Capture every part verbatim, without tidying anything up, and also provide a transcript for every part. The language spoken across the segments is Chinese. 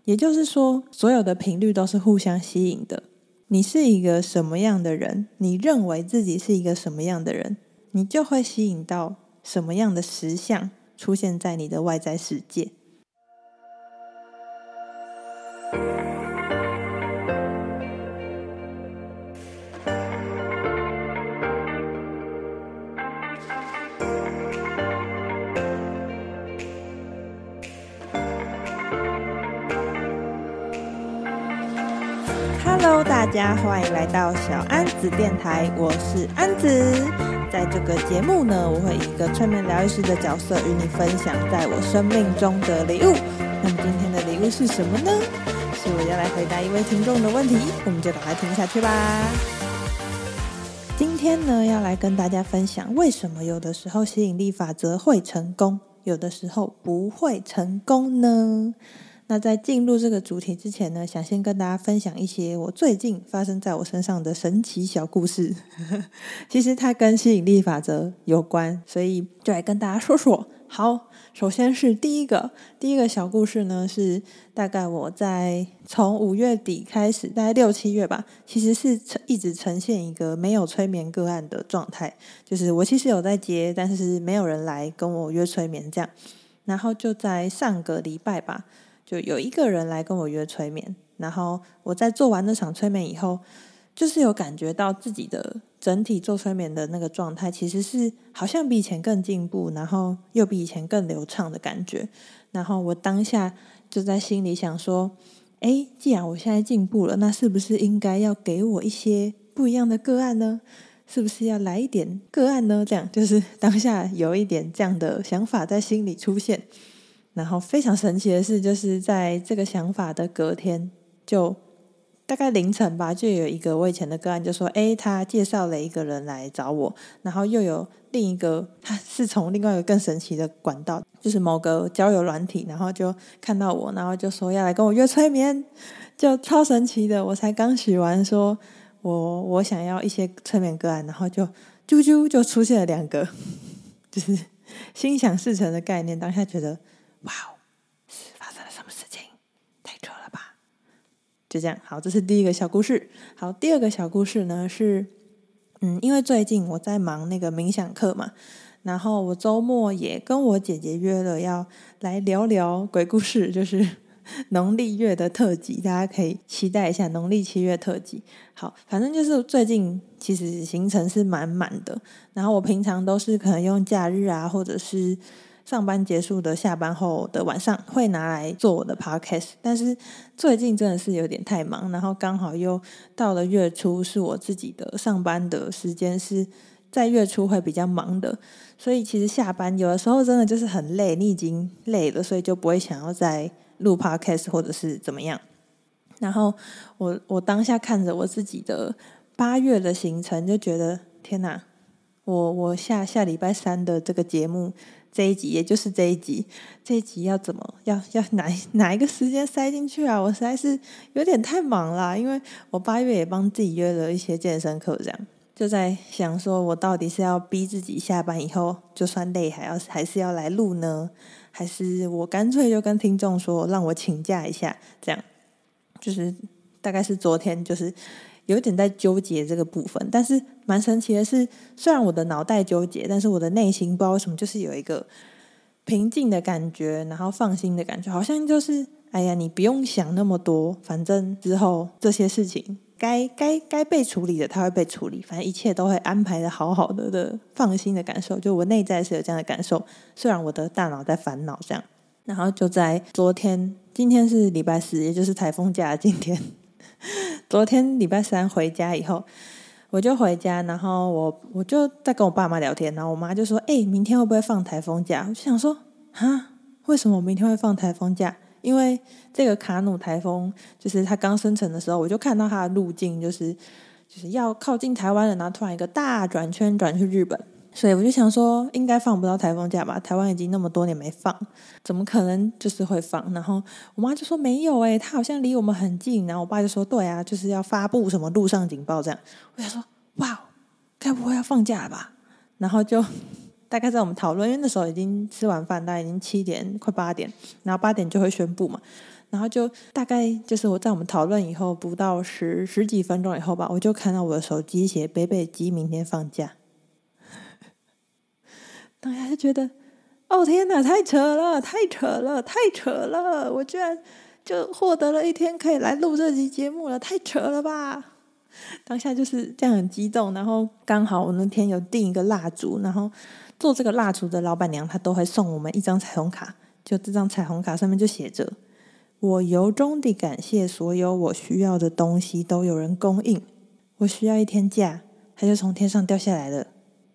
也就是说，所有的频率都是互相吸引的。你是一个什么样的人，你认为自己是一个什么样的人，你就会吸引到什么样的实相出现在你的外在世界。Hello， 大家欢迎来到小安子电台，我是安子。在这个节目呢，我会以一个催眠疗愈师的角色与你分享在我生命中的礼物。那么今天的礼物是什么呢？是我要来回答一位听众的问题，我们就赶快听下去吧。今天呢，要来跟大家分享为什么有的时候吸引力法则会成功，有的时候不会成功呢？那在进入这个主题之前呢，想先跟大家分享一些我最近发生在我身上的神奇小故事其实它跟吸引力法则有关，所以就来跟大家说说。好，首先是第一个第一个小故事呢，是大概我在从五月底开始，大概六七月吧，其实是一直呈现一个没有催眠个案的状态，就是我其实有在接，但是没有人来跟我约催眠这样。然后就在上个礼拜吧，就有一个人来跟我约催眠，然后我在做完那场催眠以后，就是有感觉到自己的整体做催眠的那个状态其实是好像比以前更进步，然后又比以前更流畅的感觉。然后我当下就在心里想说，诶，既然我现在进步了，那是不是应该要给我一些不一样的个案呢？是不是要来一点个案呢？这样就是当下有一点这样的想法在心里出现。然后非常神奇的是，就是在这个想法的隔天，就大概凌晨吧，就有一个我以前的个案就说，诶，他介绍了一个人来找我，然后又有另一个，他是从另外一个更神奇的管道，就是某个交友软体，然后就看到我，然后就说要来跟我约催眠，就超神奇的。我才刚许完说我我想要一些催眠个案，然后就啾啾就出现了两个就是心想事成的概念。当下觉得哇哦，是发生了什么事情？太扯了吧！就这样，好，这是第一个小故事。好，第二个小故事呢是，嗯，因为最近我在忙那个冥想课嘛，然后我周末也跟我姐姐约了要来聊聊鬼故事，就是农历月的特辑，大家可以期待一下农历七月特辑。好，反正就是最近其实行程是满满的，然后我平常都是可能用假日啊，或者是上班结束的下班后的晚上会拿来做我的 podcast， 但是最近真的是有点太忙，然后刚好又到了月初，是我自己的上班的时间是在月初会比较忙的，所以其实下班有的时候真的就是很累，你已经累了，所以就不会想要再录 podcast 或者是怎么样。然后我我当下看着我自己的八月的行程，就觉得天哪，我我下下礼拜三的这个节目这一集，也就是这一集，这一集要怎么要要哪哪一个时间塞进去啊？我实在是有点太忙啦，因为我八月也帮自己约了一些健身课，这样就在想说，我到底是要逼自己下班以后就算累还要还是要来录呢？还是我干脆就跟听众说让我请假一下？这样就是大概是昨天就是有点在纠结这个部分，但是蛮神奇的是，虽然我的脑袋纠结，但是我的内心不知道为什么就是有一个平静的感觉，然后放心的感觉，好像就是哎呀，你不用想那么多，反正之后这些事情该该该被处理的它会被处理，反正一切都会安排的好好的的放心的感受，就我内在是有这样的感受，虽然我的大脑在烦恼这样。然后就在昨天，今天是礼拜四，也就是台风假的今天昨天礼拜三回家以后，我就回家，然后我我就在跟我爸妈聊天，然后我妈就说，诶，明天会不会放台风假？我就想说，哈，为什么我明天会放台风假？因为这个卡努台风就是它刚生成的时候，我就看到它的路径就是就是要靠近台湾了，然后突然一个大转圈转去日本，所以我就想说应该放不到台风假吧，台湾已经那么多年没放，怎么可能就是会放？然后我妈就说没有欸，它好像离我们很近，然后我爸就说对啊，就是要发布什么路上警报这样。我想说哇，该不会要放假了吧？然后就大概在我们讨论，因为那时候已经吃完饭，大概已经七点快八点，然后八点就会宣布嘛。 然后就大概就是我在我们讨论以后不到十十几分钟以后吧，我就看到我的手机写北北基明天放假。当下就觉得哦天哪，太扯了太扯了太扯了，我居然就获得了一天可以来录这集节目了，太扯了吧。当下就是这样很激动，然后刚好我那天有订一个蜡烛，然后做这个蜡烛的老板娘她都会送我们一张彩虹卡，就这张彩虹卡上面就写着我由衷地感谢所有我需要的东西都有人供应，我需要一天假，它就从天上掉下来了。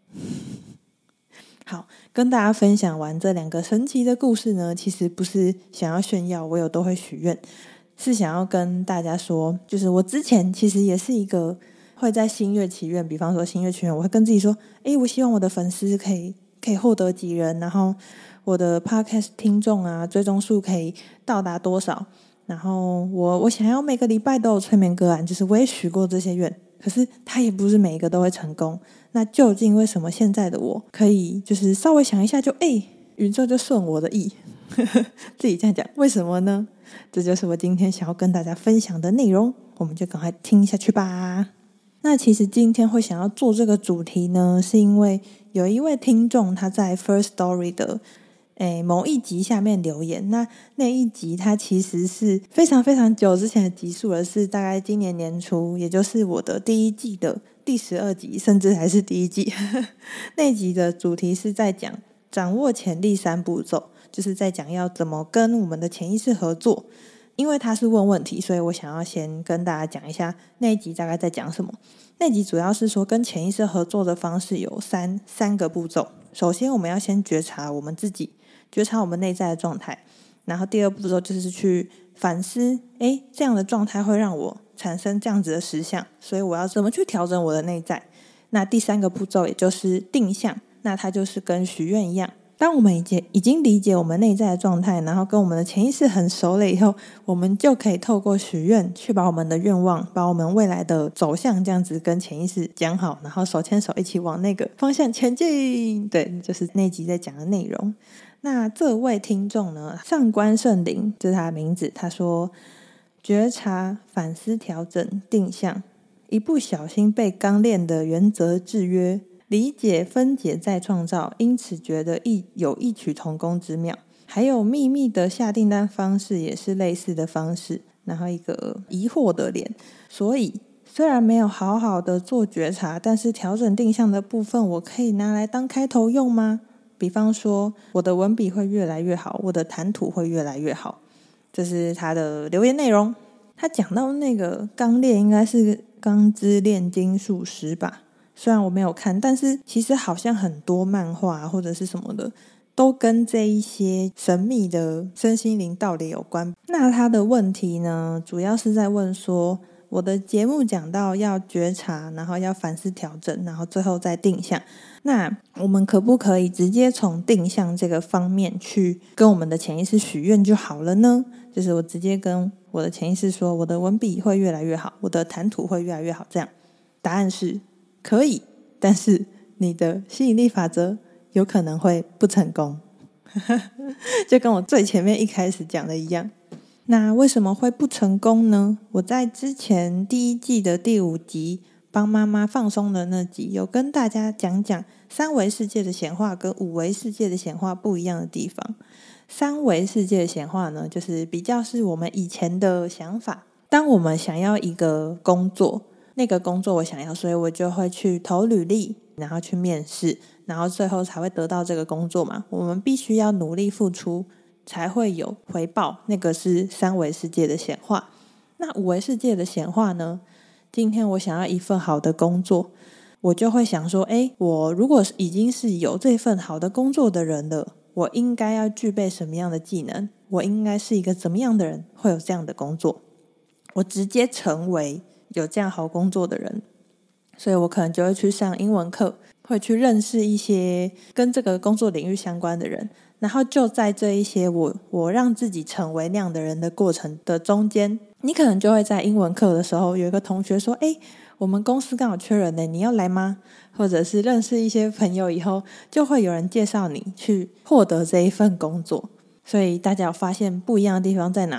好，跟大家分享完这两个神奇的故事呢，其实不是想要炫耀我有都会许愿，是想要跟大家说，就是我之前其实也是一个会在新月祈愿，比方说新月祈愿我会跟自己说，诶，我希望我的粉丝可以可以获得几人，然后我的 podcast 听众啊追踪数可以到达多少，然后我我想要每个礼拜都有催眠个案，就是我也许过这些愿，可是它也不是每一个都会成功。那究竟为什么现在的我可以就是稍微想一下就诶宇宙就顺我的意自己这样讲，为什么呢？这就是我今天想要跟大家分享的内容，我们就赶快听下去吧。那其实今天会想要做这个主题呢，是因为有一位听众他在 First Story 的诶某一集下面留言，那那一集它其实是非常非常久之前的集数了，是大概今年年初，也就是我的第一季的第十二集，甚至还是第一季那一集的主题是在讲掌握潜力三步骤，就是在讲要怎么跟我们的潜意识合作。因为他是问问题，所以我想要先跟大家讲一下那一集大概在讲什么。那一集主要是说跟潜意识合作的方式有三三个步骤。首先我们要先觉察我们自己，觉察我们内在的状态，然后第二步骤就是去反思，诶，这样的状态会让我产生这样子的实相，所以我要怎么去调整我的内在。那第三个步骤也就是定向，那它就是跟许愿一样，当我们已经已经理解我们内在的状态，然后跟我们的潜意识很熟了以后，我们就可以透过许愿去把我们的愿望，把我们未来的走向这样子跟潜意识讲好，然后手牵手一起往那个方向前进。对，就是那集在讲的内容。那这位听众呢，上官圣灵，这是他的名字，他说觉察、反思、调整、定向，一不小心被刚练的原则制约，理解分解再创造，因此觉得异有异曲同工之妙。还有秘密的下订单方式也是类似的方式，然后一个疑惑的脸。所以虽然没有好好的做觉察，但是调整定向的部分我可以拿来当开头用吗？比方说我的文笔会越来越好，我的谈吐会越来越好，这是他的留言内容。他讲到那个钢炼应该是钢之炼金术师吧，虽然我没有看，但是其实好像很多漫画或者是什么的都跟这一些神秘的身心灵道理有关。那他的问题呢，主要是在问说，我的节目讲到要觉察，然后要反思调整，然后最后再定向，那我们可不可以直接从定向这个方面去跟我们的潜意识许愿就好了呢？就是我直接跟我的潜意识说，我的文笔会越来越好，我的谈吐会越来越好，这样。答案是可以，但是你的吸引力法则有可能会不成功就跟我最前面一开始讲的一样。那为什么会不成功呢？我在之前第一季的第五集帮妈妈放松的那集有跟大家讲讲三维世界的显化跟五维世界的显化不一样的地方。三维世界的显化呢，就是比较是我们以前的想法，当我们想要一个工作，那个工作我想要，所以我就会去投履历，然后去面试，然后最后才会得到这个工作嘛。我们必须要努力付出才会有回报，那个是三维世界的显化。那五维世界的显化呢，今天我想要一份好的工作，我就会想说，诶，我如果已经是有这份好的工作的人了，我应该要具备什么样的技能？我应该是一个怎么样的人会有这样的工作？我直接成为有这样好工作的人，所以我可能就会去上英文课，会去认识一些跟这个工作领域相关的人，然后就在这一些我我让自己成为那样的人的过程的中间，你可能就会在英文课的时候有一个同学说，诶，我们公司刚好缺人呢，你要来吗？或者是认识一些朋友以后，就会有人介绍你去获得这一份工作。所以大家有发现不一样的地方在哪吗？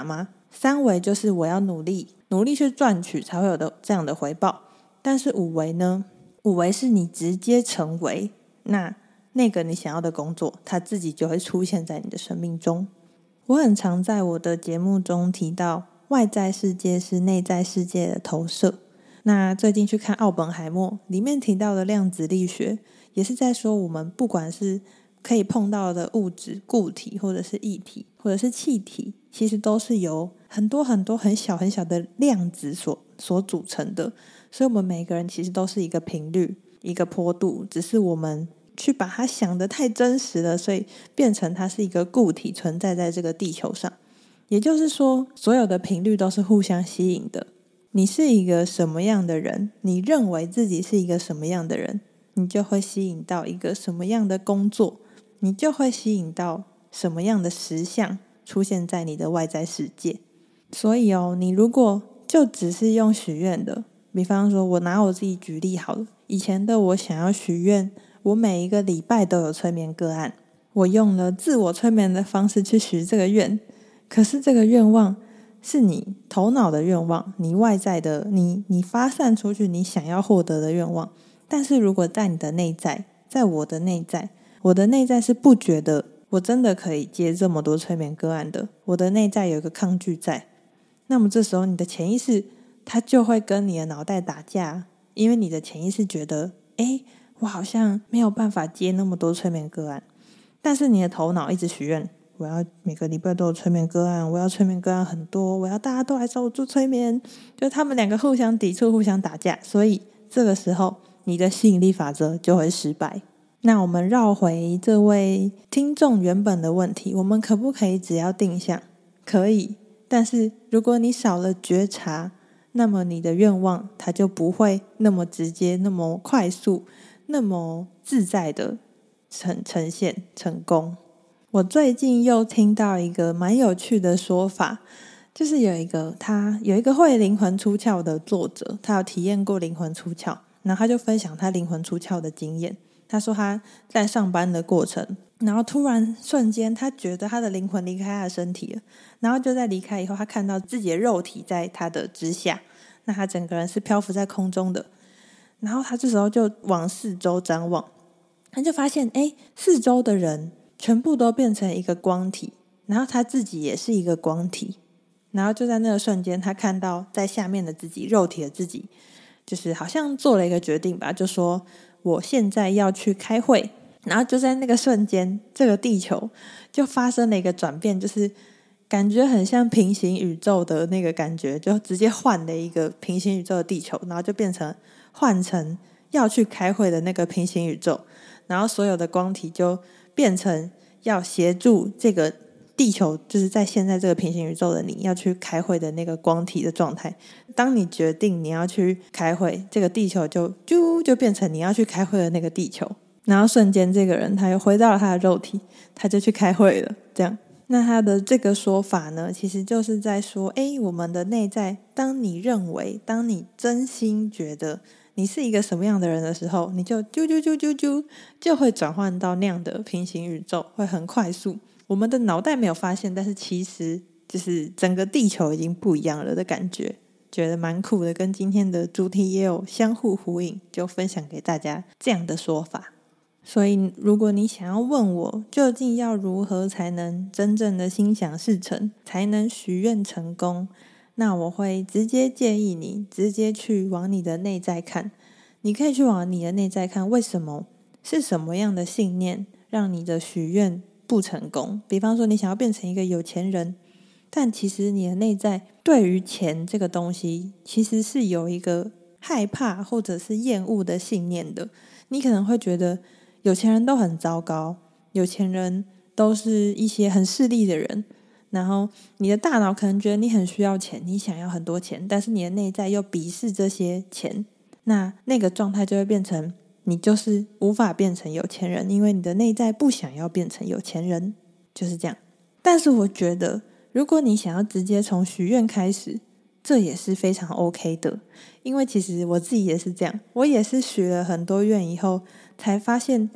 三维就是我要努力努力去赚取才会有的这样的回报，但是五维呢，五维是你直接成为那那个你想要的工作，它自己就会出现在你的生命中。我很常在我的节目中提到外在世界是内在世界的投射，那最近去看奥本海默，里面提到的量子力学也是在说，我们不管是可以碰到的物质、固体或者是液体或者是气体，其实都是由很多很多很小很小的量子所所组成的，所以我们每个人其实都是一个频率，一个波度，只是我们去把它想得太真实了，所以变成它是一个固体存在在这个地球上。也就是说，所有的频率都是互相吸引的。你是一个什么样的人，你认为自己是一个什么样的人，你就会吸引到一个什么样的工作，你就会吸引到什么样的实相出现在你的外在世界。所以哦，你如果就只是用许愿的，比方说我拿我自己举例好了，以前的我想要许愿我每一个礼拜都有催眠个案，我用了自我催眠的方式去许这个愿，可是这个愿望是你头脑的愿望，你外在的你你发散出去你想要获得的愿望。但是如果在你的内在，在我的内在，我的内在是不觉得我真的可以接这么多催眠个案的，我的内在有一个抗拒在，那么这时候你的潜意识它就会跟你的脑袋打架，因为你的潜意识觉得诶我好像没有办法接那么多催眠个案，但是你的头脑一直许愿，我要每个礼拜都有催眠个案，我要催眠个案很多，我要大家都来找我做催眠，就他们两个互相抵触互相打架，所以这个时候你的吸引力法则就会失败。那我们绕回这位听众原本的问题，我们可不可以只要定向？可以，但是如果你少了觉察，那么你的愿望它就不会那么直接那么快速那么自在的呈呈现成功。我最近又听到一个蛮有趣的说法，就是有一个他有一个会灵魂出窍的作者，他有体验过灵魂出窍，然后他就分享他灵魂出窍的经验。他说他在上班的过程，然后突然瞬间他觉得他的灵魂离开他的身体了，然后就在离开以后，他看到自己的肉体在他的之下，那他整个人是漂浮在空中的，然后他这时候就往四周张望，他就发现诶，四周的人全部都变成一个光体，然后他自己也是一个光体，然后就在那个瞬间他看到在下面的自己，肉体的自己就是好像做了一个决定吧，就说我现在要去开会，然后就在那个瞬间这个地球就发生了一个转变，就是感觉很像平行宇宙的那个感觉，就直接换了一个平行宇宙的地球，然后就变成换成要去开会的那个平行宇宙，然后所有的光体就变成要协助这个地球，就是在现在这个平行宇宙的你要去开会的那个光体的状态。当你决定你要去开会，这个地球就啾就变成你要去开会的那个地球，然后瞬间这个人他又回到了他的肉体，他就去开会了。这样，那他的这个说法呢，其实就是在说，诶，我们的内在，当你认为，当你真心觉得你是一个什么样的人的时候，你就啾啾啾啾啾就会转换到那样的平行宇宙，会很快速。我们的脑袋没有发现，但是其实就是整个地球已经不一样了的感觉，觉得蛮酷的，跟今天的主题也有相互呼应，就分享给大家这样的说法。所以如果你想要问我究竟要如何才能真正的心想事成，才能许愿成功，那我会直接建议你直接去往你的内在看。你可以去往你的内在看，为什么是什么样的信念让你的许愿不成功。比方说你想要变成一个有钱人，但其实你的内在对于钱这个东西其实是有一个害怕或者是厌恶的信念的。你可能会觉得有钱人都很糟糕，有钱人都是一些很势利的人，然后你的大脑可能觉得你很需要钱，你想要很多钱，但是你的内在又鄙视这些钱，那那个状态就会变成你就是无法变成有钱人，因为你的内在不想要变成有钱人，就是这样。但是我觉得如果你想要直接从许愿开始，这也是非常 OK 的，因为其实我自己也是这样，我也是许了很多愿以后才发现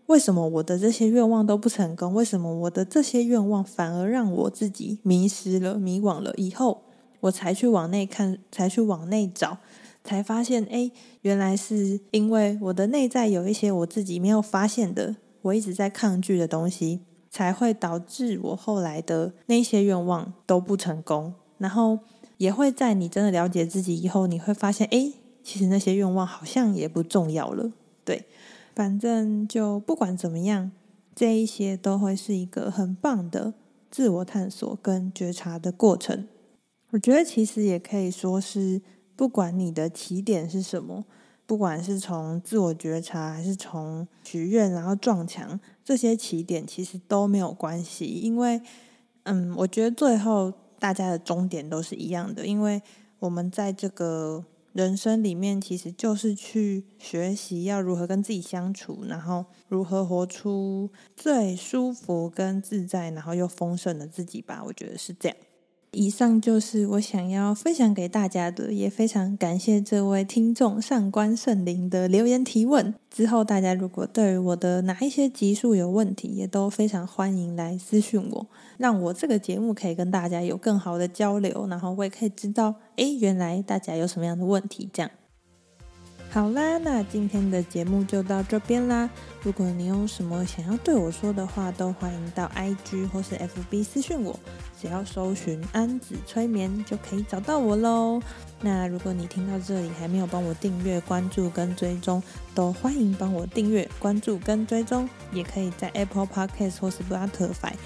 为什么我的这些愿望都不成功？为什么我的这些愿望反而让我自己迷失了、迷惘了？以后我才去往内看，才去往内找，才发现，哎，原来是因为我的内在有一些我自己没有发现的，我一直在抗拒的东西，才会导致我后来的那些愿望都不成功。然后也会在你真的了解自己以后，你会发现，哎，其实那些愿望好像也不重要了。对，反正就不管怎么样，这一些都会是一个很棒的自我探索跟觉察的过程。我觉得其实也可以说是，不管你的起点是什么，不管是从自我觉察还是从许愿然后撞墙，这些起点其实都没有关系。因为嗯，我觉得最后大家的终点都是一样的，因为我们在这个人生里面其实就是去学习要如何跟自己相处，然后如何活出最舒服跟自在然后又丰盛的自己吧，我觉得是这样。以上就是我想要分享给大家的，也非常感谢这位听众上官圣灵的留言提问。之后大家如果对于我的哪一些集数有问题，也都非常欢迎来私讯我，让我这个节目可以跟大家有更好的交流，然后我也可以知道，诶，原来大家有什么样的问题这样。好啦，那今天的节目就到这边啦。如果你有什么想要对我说的话，都欢迎到 I G 或是 F B 私讯我，只要搜寻安子催眠就可以找到我咯。那如果你听到这里还没有帮我订阅、关注跟追踪，都欢迎帮我订阅、关注跟追踪，也可以在 Apple Podcast 或是 Spotify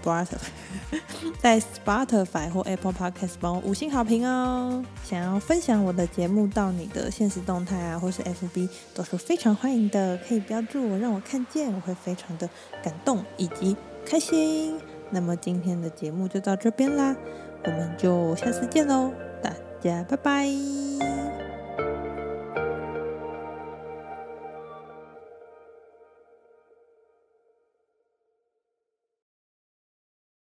Spotify 在 Spotify 或 Apple Podcast 帮我五星好评哦。想要分享我的节目到你的限时动态啊，或是 F B 都是非常欢迎的，可以标注我让我看见，我会非常的感动以及开心。那么今天的节目就到这边啦，我们就下次见咯，大家拜拜。